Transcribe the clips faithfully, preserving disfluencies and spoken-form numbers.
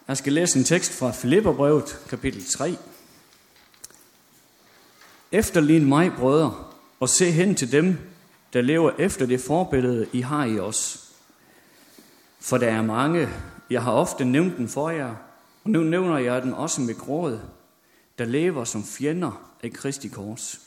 Jeg skal læse en tekst fra Filipperbrevet, kapitel tre. Efterlign mig, brødre, og se hen til dem, der lever efter det forbillede, I har i os. For der er mange, jeg har ofte nævnt den for jer, og nu nævner jeg den også med gråd, der lever som fjender af Kristi kors.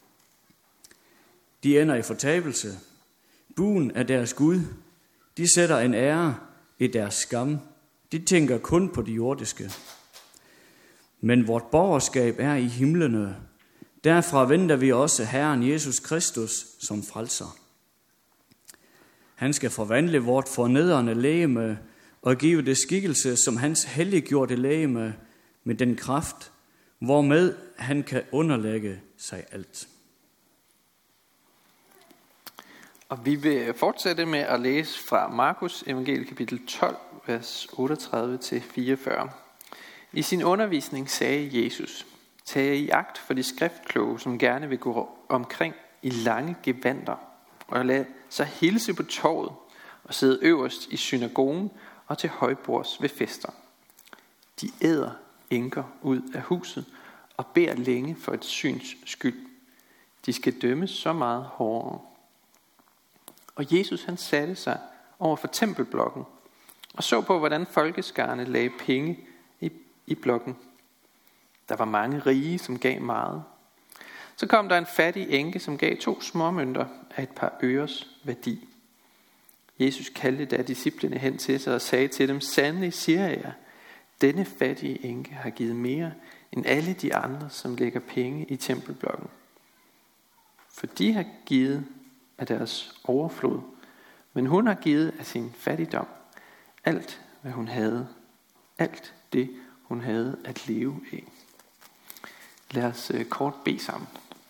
De ender i fortabelse. Buen er deres Gud. De sætter en ære i deres skam. De tænker kun på det jordiske. Men vort borgerskab er i himlene. Derfra venter vi også Herren Jesus Kristus som frelser. Han skal forvandle vort fornedrende legeme og give det skikkelse som hans helliggjorte legeme med den kraft, hvormed han kan underlægge sig alt. Og vi vil fortsætte med at læse fra Markus evangeliet kapitel tolv, vers otteogtredive til fireogfyrre. I sin undervisning sagde Jesus: Tag i agt for de skriftkloge, som gerne vil gå omkring i lange gevandter, og lad sig hilse på torvet og sidde øverst i synagogen og til højbords ved fester. De æder enker ud af huset og beder længe for et syns skyld. De skal dømmes så meget hårdere. Og Jesus han satte sig over for tempelblokken og så på, hvordan folkeskarne lagde penge i, i blokken. Der var mange rige, som gav meget. Så kom der en fattig enke, som gav to småmønter af et par øres værdi. Jesus kaldte da disciplene hen til sig og sagde til dem: Sandelig siger jeg, denne fattige enke har givet mere end alle de andre, som lægger penge i tempelblokken. For de har givet af deres overflod, men hun har givet af sin fattigdom alt, hvad hun havde, alt det, hun havde at leve af. Lad os uh, kort bede sammen.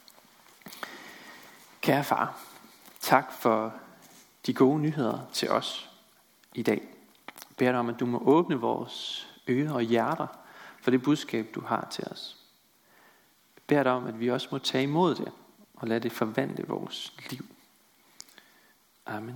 Kære far, tak for de gode nyheder til os i dag. Jeg beder dig om, at du må åbne vores ører og hjerter for det budskab, du har til os. Jeg beder dig om, at vi også må tage imod det og lade det forvandle vores liv. Amen.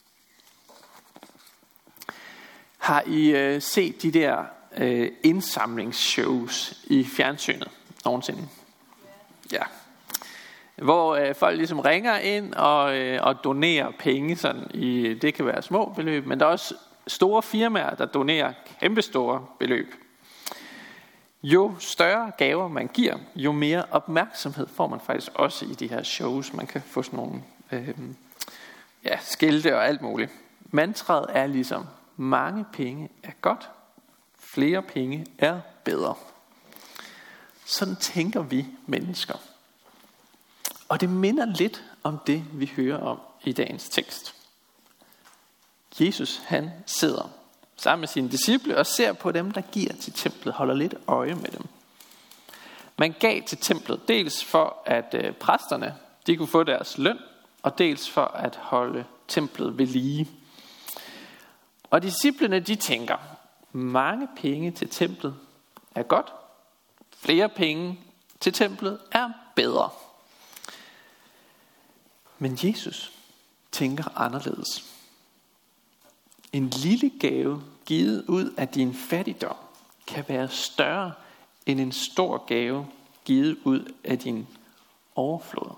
Har I øh, set de der øh, indsamlingsshows i fjernsynet nogensinde? Ja. Hvor øh, folk ligesom ringer ind og, øh, og donerer penge. Sådan i, det kan være små beløb, men der er også store firmaer, der donerer kæmpestore beløb. Jo større gaver man giver, jo mere opmærksomhed får man faktisk også i de her shows. Man kan få sådan nogle øh, ja, skilte og alt muligt. Mantraet er ligesom: mange penge er godt, flere penge er bedre. Sådan tænker vi mennesker. Og det minder lidt om det, vi hører om i dagens tekst. Jesus han sidder sammen med sine disciple og ser på dem, der giver til templet, holder lidt øje med dem. Man gav til templet dels for, at øh, præsterne de kunne få deres løn, og dels for at holde templet ved lige. Og disciplene de tænker: mange penge til templet er godt, flere penge til templet er bedre. Men Jesus tænker anderledes. En lille gave givet ud af din fattigdom kan være større end en stor gave givet ud af din overflod.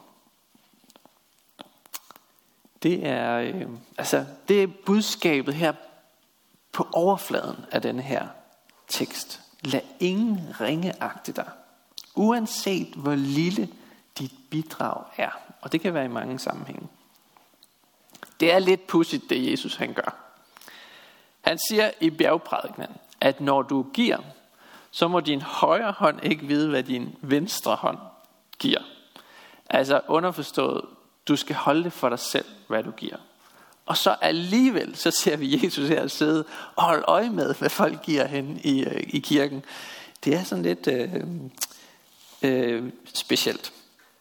Det er, øh, altså, det er budskabet her på overfladen af denne her tekst. Lad ingen ringeagte dig, uanset hvor lille dit bidrag er. Og det kan være i mange sammenhænge. Det er lidt pudsigt, det Jesus han gør. Han siger i bjergprædikenen, at når du giver, så må din højre hånd ikke vide, hvad din venstre hånd giver. Altså underforstået, du skal holde det for dig selv, hvad du giver. Og så alligevel, så ser vi Jesus her sidde og holde øje med, hvad folk giver hen i, øh, i kirken. Det er sådan lidt øh, øh, specielt.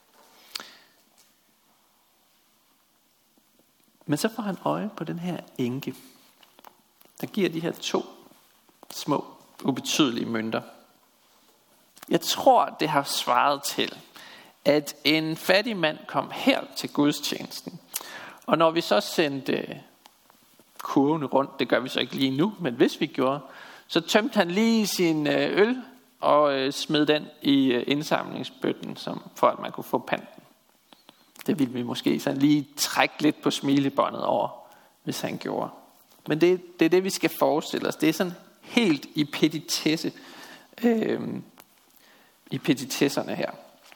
Men så får han øje på den her enke, der giver de her to små, ubetydelige mønter. Jeg tror, det har svaret til, at en fattig mand kom her til gudstjenesten. Og når vi så sendte kurven rundt, det gør vi så ikke lige nu, men hvis vi gjorde, Så tømte han lige sin øl og smed den i indsamlingsbøtten, som, for at man kunne få panten. Det ville vi måske sådan lige trække lidt på smilebåndet over, hvis han gjorde. Men det, det er det, vi skal forestille os. Det er sådan helt i petitesse, øh, i petitesserne her.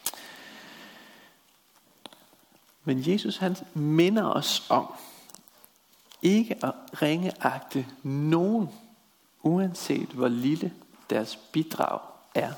Men Jesus, han minder os om ikke at ringeagte nogen, uanset hvor lille deres bidrag er.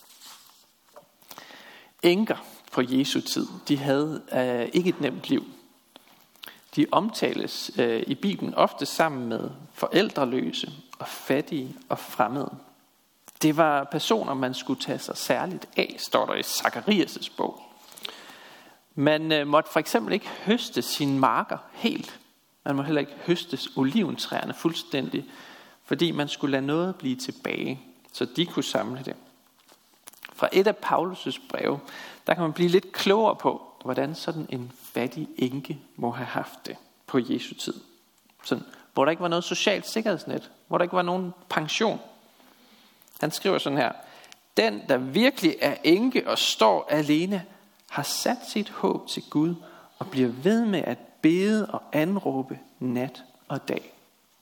Enker på Jesu tid, de havde øh, ikke et nemt liv. De omtales øh, i Bibelen ofte sammen med forældreløse og fattige og fremmede. Det var personer, man skulle tage sig særligt af, står der i Zakarias' bog. Man øh, måtte for eksempel ikke høste sine marker helt. Man må heller ikke høste oliventræerne fuldstændig, fordi man skulle lade noget blive tilbage, så de kunne samle det. Fra et af Paulus' breve, der kan man blive lidt klogere på, hvordan sådan en fattig enke må have haft det på Jesu tid. Sådan, hvor der ikke var noget socialt sikkerhedsnet, hvor der ikke var nogen pension. Han skriver sådan her: den, der virkelig er enke og står alene, har sat sit håb til Gud og bliver ved med at bede og anråbe nat og dag.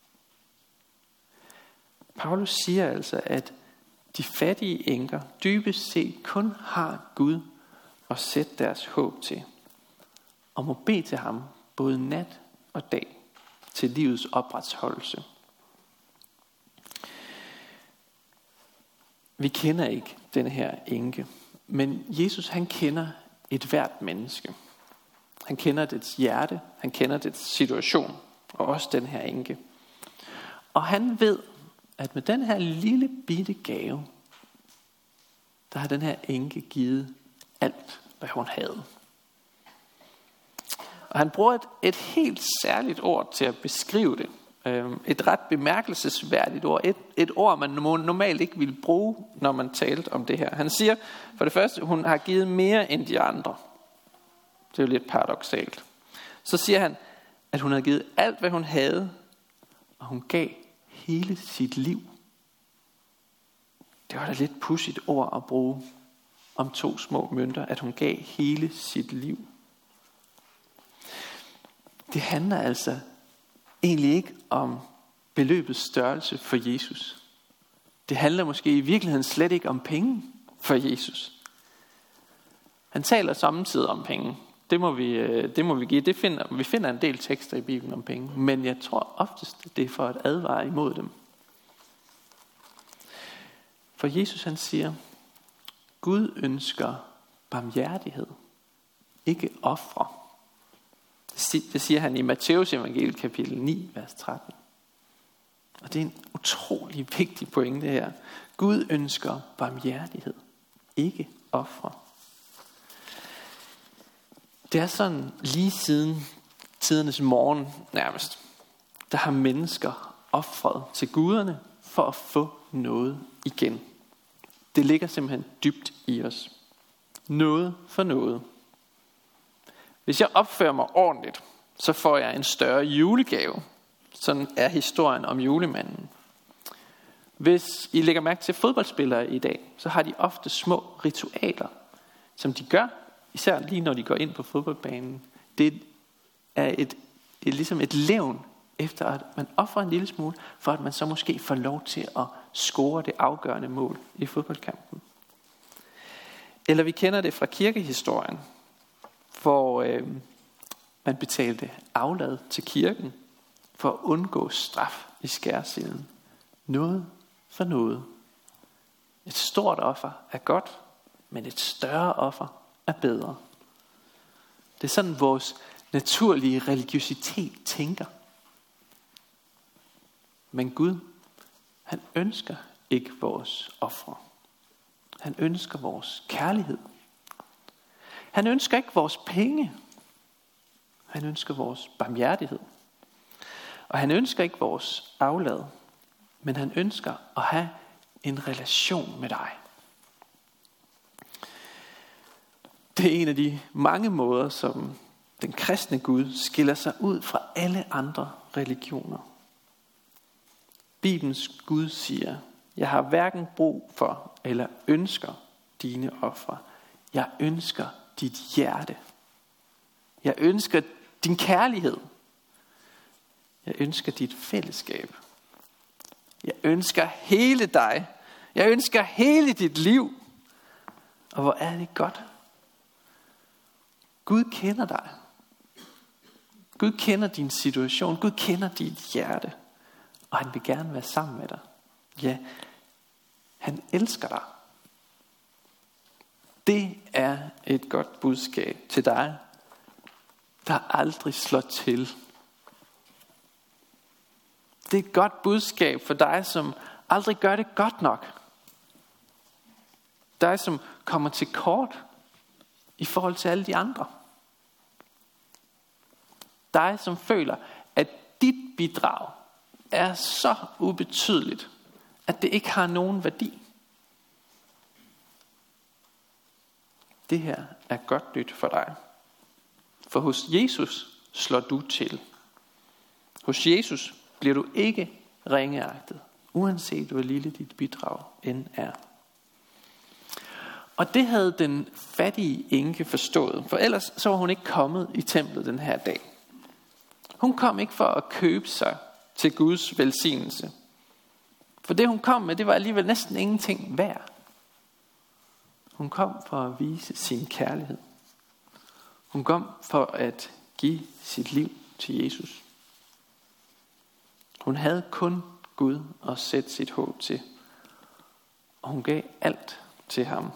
Paulus siger altså, at de fattige enker dybest set kun har Gud at sætte deres håb til, og må bede til ham både nat og dag til livets opretholdelse. Vi kender ikke denne her enke, men Jesus, han kender et hvert menneske. Han kender dets hjerte, han kender dets situation, og også den her enke. Og han ved, at med den her lille bitte gave, der har den her enke givet alt, hvad hun havde. Og han bruger et, et helt særligt ord til at beskrive det. Et ret bemærkelsesværdigt ord. Et, et ord, man normalt ikke ville bruge, når man talte om det her. Han siger, for det første, hun har givet mere end de andre. Det er jo lidt paradoksalt. Så siger han, at hun har givet alt, hvad hun havde, og hun gav hele sit liv. Det var da lidt pudsigt ord at bruge om to små mønter, at hun gav hele sit liv. Det handler altså egentlig ikke om beløbets størrelse for Jesus. Det handler måske i virkeligheden slet ikke om penge for Jesus. Han taler samtidig om penge. Det må vi, det må vi give. Det finder, vi finder en del tekster i Bibelen om penge, men jeg tror oftest, det er for at advare imod dem. For Jesus, han siger, Gud ønsker barmhjertighed, ikke ofre. Det siger han i Matteus evangeliet kapitel ni, vers tretten. Og det er en utrolig vigtig pointe her. Gud ønsker barmhjertighed, ikke ofre. Det er sådan lige siden tidernes morgen nærmest, der har mennesker ofret til guderne for at få noget igen. Det ligger simpelthen dybt i os. Noget for noget. Hvis jeg opfører mig ordentligt, så får jeg en større julegave. Sådan er historien om julemanden. Hvis I lægger mærke til fodboldspillere i dag, så har de ofte små ritualer, som de gør, især lige når de går ind på fodboldbanen. Det er et, et, ligesom et levn efter at man ofrer en lille smule, for at man så måske får lov til at score det afgørende mål i fodboldkampen. Eller vi kender det fra kirkehistorien, hvor øh, man betalte aflad til kirken for at undgå straf i skærsilden. Noget for noget. Et stort offer er godt, men et større offer er bedre. Det er sådan vores naturlige religiøsitet tænker. Men Gud, han ønsker ikke vores ofre. Han ønsker vores kærlighed. Han ønsker ikke vores penge. Han ønsker vores barmhjertighed. Og han ønsker ikke vores aflad. Men han ønsker at have en relation med dig. Det er en af de mange måder, som den kristne Gud skiller sig ud fra alle andre religioner. Bibelens Gud siger, Jeg har hverken brug for eller ønsker dine ofre. Jeg ønsker dit hjerte. Jeg ønsker din kærlighed. Jeg ønsker dit fællesskab. Jeg ønsker hele dig. Jeg ønsker hele dit liv. Og hvor er det godt. Gud kender dig. Gud kender din situation. Gud kender dit hjerte. Og han vil gerne være sammen med dig. Ja, han elsker dig. Det er et godt budskab til dig, der aldrig slår til. Det er et godt budskab for dig, som aldrig gør det godt nok. Dig, som kommer til kort i forhold til alle de andre. Dig, som føler, at dit bidrag er så ubetydeligt, at det ikke har nogen værdi. Det her er godt nyt for dig. For hos Jesus slår du til. Hos Jesus bliver du ikke ringeagtet, uanset hvor lille dit bidrag end er. Og det havde den fattige enke forstået, for ellers så var hun ikke kommet i templet den her dag. Hun kom ikke for at købe sig til Guds velsignelse. For det hun kom med, det var alligevel næsten ingenting værd. Hun kom for at vise sin kærlighed. Hun kom for at give sit liv til Jesus. Hun havde kun Gud at sætte sit håb til. Og hun gav alt til ham.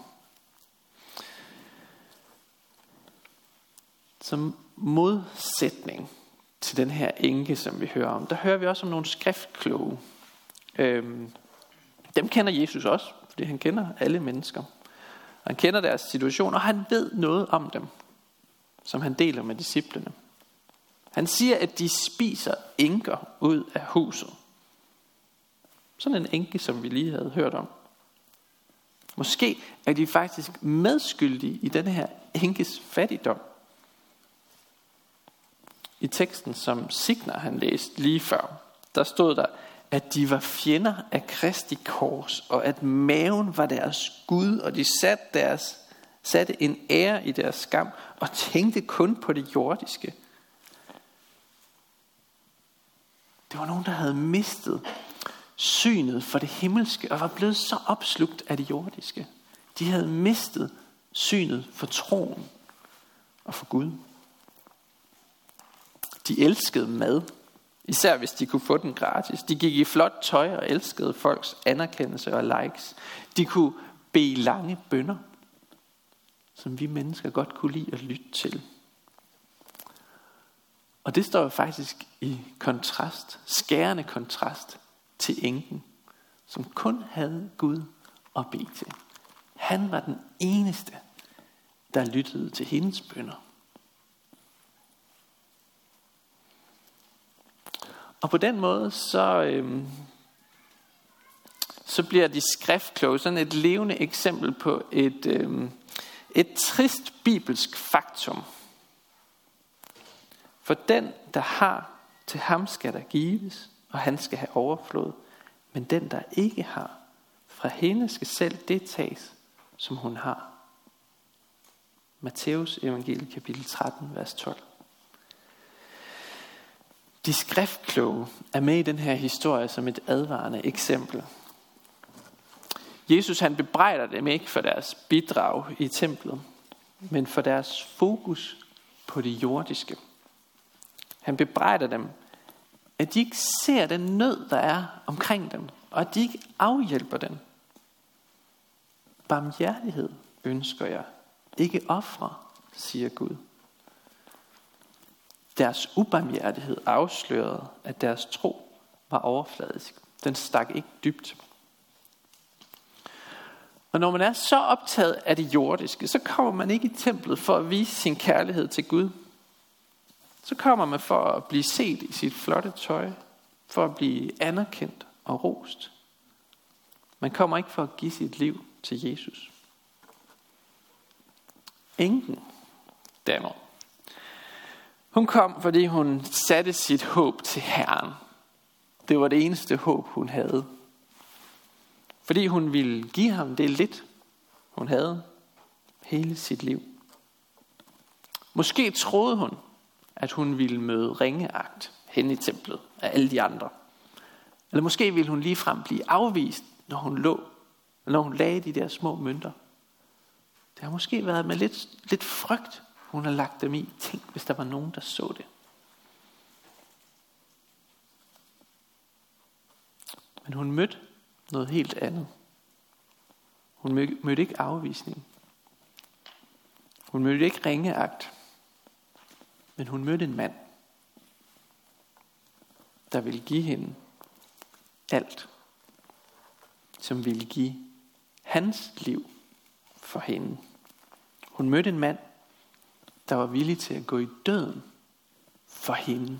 Som modsætning til den her enke, som vi hører om, der hører vi også om nogle skriftkloge. Øhm, dem kender Jesus også, fordi han kender alle mennesker. Han kender deres situation, og han ved noget om dem, som han deler med disciplene. Han siger, at de spiser enker ud af huset. Sådan en enke, som vi lige havde hørt om. Måske er de faktisk medskyldige i denne her enkes fattigdom. I teksten, som Signer han læste lige før, der stod der, at de var fjender af Kristi kors, og at maven var deres Gud, og de satte, deres, satte en ære i deres skam, og tænkte kun på det jordiske. Det var nogen, der havde mistet synet for det himmelske, og var blevet så opslugt af det jordiske. De havde mistet synet for troen og for Gud. De elskede mad, især hvis de kunne få den gratis. De gik i flot tøj og elskede folks anerkendelse og likes. De kunne bede lange bønner, som vi mennesker godt kunne lide at lytte til. Og det står faktisk i kontrast, skærende kontrast til enken, som kun havde Gud at bede til. Han var den eneste, der lyttede til hendes bønner. Og på den måde, så, øhm, så bliver de skriftkloge sådan et levende eksempel på et, øhm, et trist bibelsk faktum. For den, der har, til ham skal der gives, og han skal have overflod. Men den, der ikke har, fra hende skal selv det tages, som hun har. Matteus evangeliet kapitel tretten, vers tolv. De skriftkloge er med i den her historie som et advarende eksempel. Jesus han bebrejder dem ikke for deres bidrag i templet, men for deres fokus på det jordiske. Han bebrejder dem, at de ikke ser den nød, der er omkring dem, og at de ikke afhjælper den. Barmhjertighed ønsker jeg, ikke ofre, siger Gud. Deres ubarmhjertighed afslørede, at deres tro var overfladisk. Den stak ikke dybt. Og når man er så optaget af det jordiske, så kommer man ikke i templet for at vise sin kærlighed til Gud. Så kommer man for at blive set i sit flotte tøj, for at blive anerkendt og rost. Man kommer ikke for at give sit liv til Jesus. Enken, derimod. Hun kom, fordi hun satte sit håb til Herren. Det var det eneste håb, hun havde. Fordi hun ville give ham det lidt, hun havde hele sit liv. Måske troede hun, at hun ville møde ringeagt hen i templet af alle de andre. Eller måske ville hun ligefrem blive afvist, når hun lå, når hun lagde de der små mønter. Det har måske været med lidt, lidt frygt, hun har lagt dem i. Tænk, hvis der var nogen, der så det. Men hun mødte noget helt andet. Hun mødte ikke afvisning. Hun mødte ikke ringeagt. Men hun mødte en mand, der ville give hende alt. Som ville give hans liv for hende. Hun mødte en mand, der var villig til at gå i døden for hende.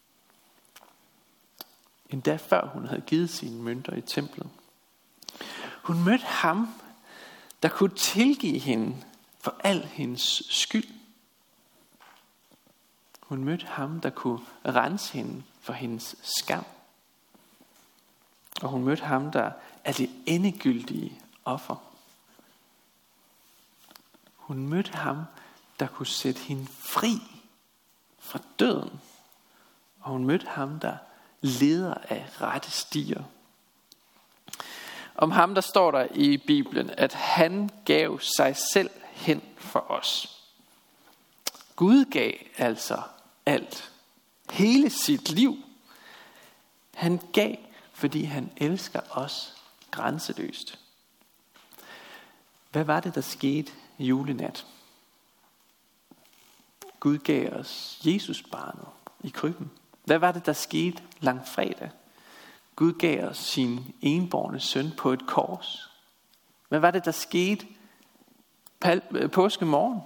Endda før hun havde givet sine mønter i templet. Hun mødte ham, der kunne tilgive hende for al hendes skyld. Hun mødte ham, der kunne rense hende for hendes skam. Og hun mødte ham, der er det endegyldige offer. Hun mødte ham, der kunne sætte hende fri fra døden. Og hun mødte ham, der leder af rette stier. Om ham, der står der i Bibelen, at han gav sig selv hen for os. Gud gav altså alt. Hele sit liv. Han gav, fordi han elsker os grænseløst. Hvad var det, der skete julenat? Gud gav os Jesusbarnet i krybben. Hvad var det, der skete langfredag? Gud gav os sin enbårne søn på et kors. Hvad var det, der skete påskemorgen?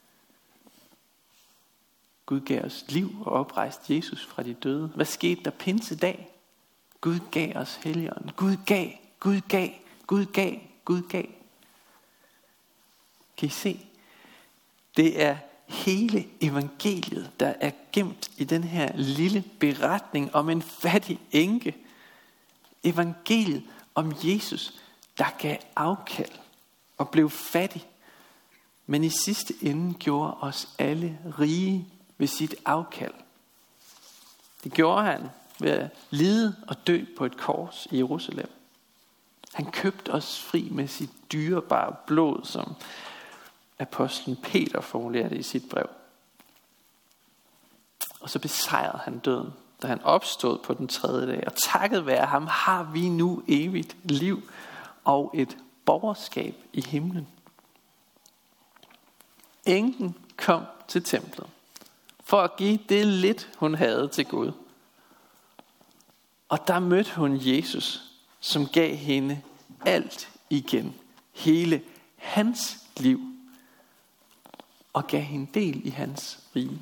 Gud gav os liv og oprejste Jesus fra de døde. Hvad skete der pinsedag? Gud gav os Helligånden. Gud gav, Gud gav, Gud gav, Gud gav. Kan I se? Det er hele evangeliet, der er gemt i den her lille beretning om en fattig enke. Evangeliet om Jesus, der gav afkald og blev fattig, men i sidste ende gjorde os alle rige ved sit afkald. Det gjorde han ved at lide og dø på et kors i Jerusalem. Han købte os fri med sit dyrebare blod, som apostlen Peter formulerer det i sit brev. Og så besejrede han døden, da han opstod på den tredje dag. Og takket være ham har vi nu evigt liv og et borgerskab i himlen. Enken kom til templet for at give det lidt, hun havde til Gud. Og der mødte hun Jesus, som gav hende alt igen. Hele hans liv. Og gav hende del i hans rige.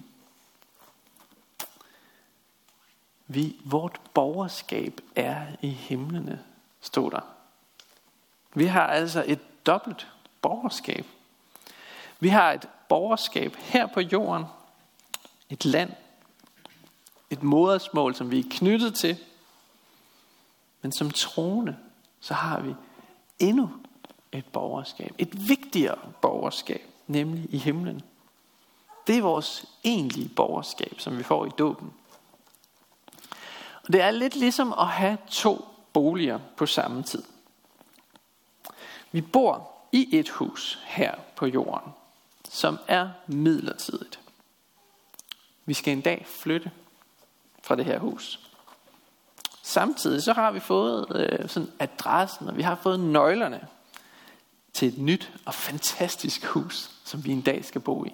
Vi, vort borgerskab er i himlene, stod der. Vi har altså et dobbelt borgerskab. Vi har et borgerskab her på jorden, et land, et modersmål, som vi er knyttet til. Men som troende, så har vi endnu et borgerskab, et vigtigere borgerskab, nemlig i himlen. Det er vores egentlige borgerskab, som vi får i dåben. Og det er lidt ligesom at have to boliger på samme tid. Vi bor i et hus her på jorden, som er midlertidigt. Vi skal en dag flytte fra det her hus. Samtidig så har vi fået øh, sådan adressen, og vi har fået nøglerne til et nyt og fantastisk hus, som vi en dag skal bo i.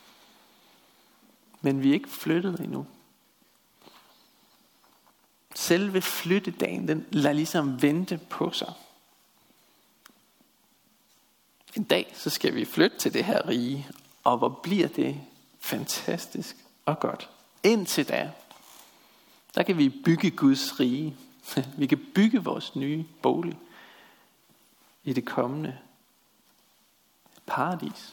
Men vi er ikke flyttet endnu. Selve flyttedagen, den lader ligesom vente på sig. En dag, så skal vi flytte til det her rige, og hvor bliver det fantastisk og godt. Indtil da, der kan vi bygge Guds rige. Vi kan bygge vores nye bolig i det kommende paradis.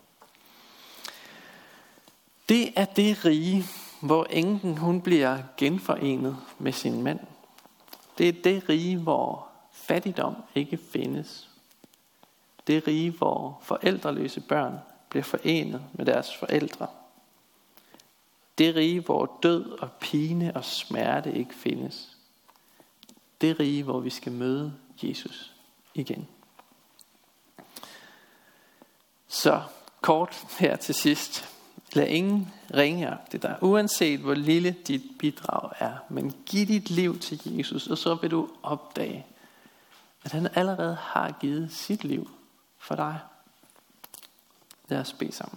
Det er det rige, hvor enken hun bliver genforenet med sin mand. Det er det rige, hvor fattigdom ikke findes. Det rige, hvor forældreløse børn bliver forenet med deres forældre. Det rige, hvor død og pine og smerte ikke findes. Det rige, hvor vi skal møde Jesus igen. Så kort her til sidst. Lad ingen ringeagte dig, uanset hvor lille dit bidrag er. Men giv dit liv til Jesus, og så vil du opdage, at han allerede har givet sit liv for dig. Lad os bede sammen.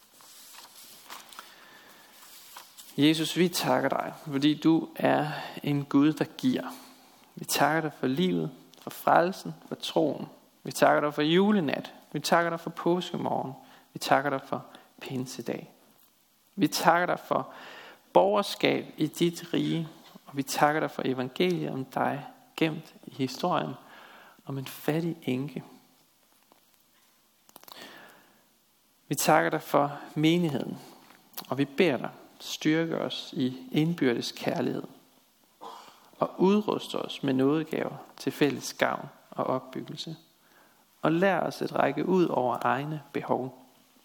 Jesus, vi takker dig, fordi du er en Gud, der giver. Vi takker dig for livet, for frelsen, for troen. Vi takker dig for julenat. Vi takker dig for påskemorgen. Vi takker dig for pinsedag. Vi takker dig for borgerskab i dit rige, og vi takker dig for evangeliet om dig, gemt i historien om en fattig enke. Vi takker dig for menigheden, og vi beder dig, styrke os i indbyrdes kærlighed, og udruste os med nådegaver til fælles gavn og opbyggelse, og lær os at række ud over egne behov.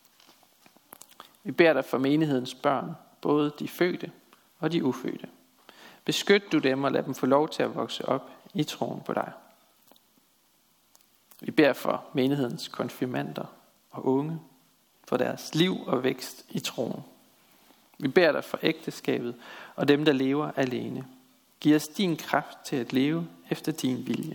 Vi beder dig for menighedens børn, både de fødte og de ufødte. Beskyt du dem og lad dem få lov til at vokse op i troen på dig. Vi beder for menighedens konfirmander og unge, for deres liv og vækst i troen. Vi beder dig for ægteskabet og dem, der lever alene. Giv os din kraft til at leve efter din vilje.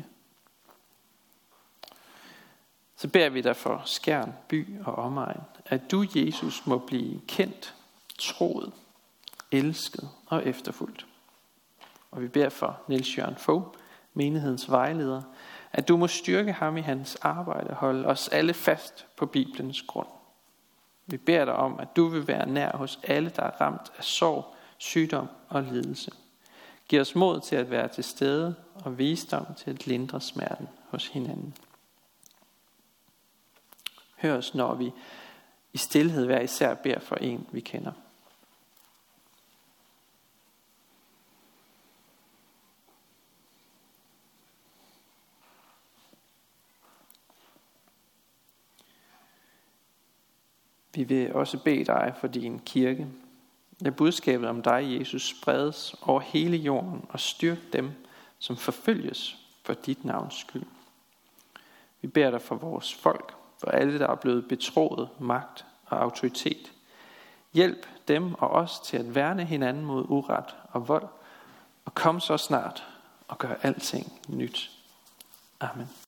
Så beder vi dig for Skjern, by og omegn, at du, Jesus, må blive kendt, troet, elsket og efterfulgt. Og vi beder for Niels Jørgen Fogh, menighedens vejleder, at du må styrke ham i hans arbejde og holde os alle fast på Bibelens grund. Vi beder dig om, at du vil være nær hos alle, der er ramt af sorg, sygdom og lidelse. Giv os mod til at være til stede og visdom til at lindre smerten hos hinanden. Hør os, når vi i stilhed hver især beder for en, vi kender. Vi vil også bede dig for din kirke. Lad budskabet om dig, Jesus, spredes over hele jorden og styrk dem, som forfølges for dit navns skyld. Vi beder dig for vores folk, for alle, der er blevet betroet magt og autoritet. Hjælp dem og os til at værne hinanden mod uret og vold, og kom så snart og gør alting nyt. Amen.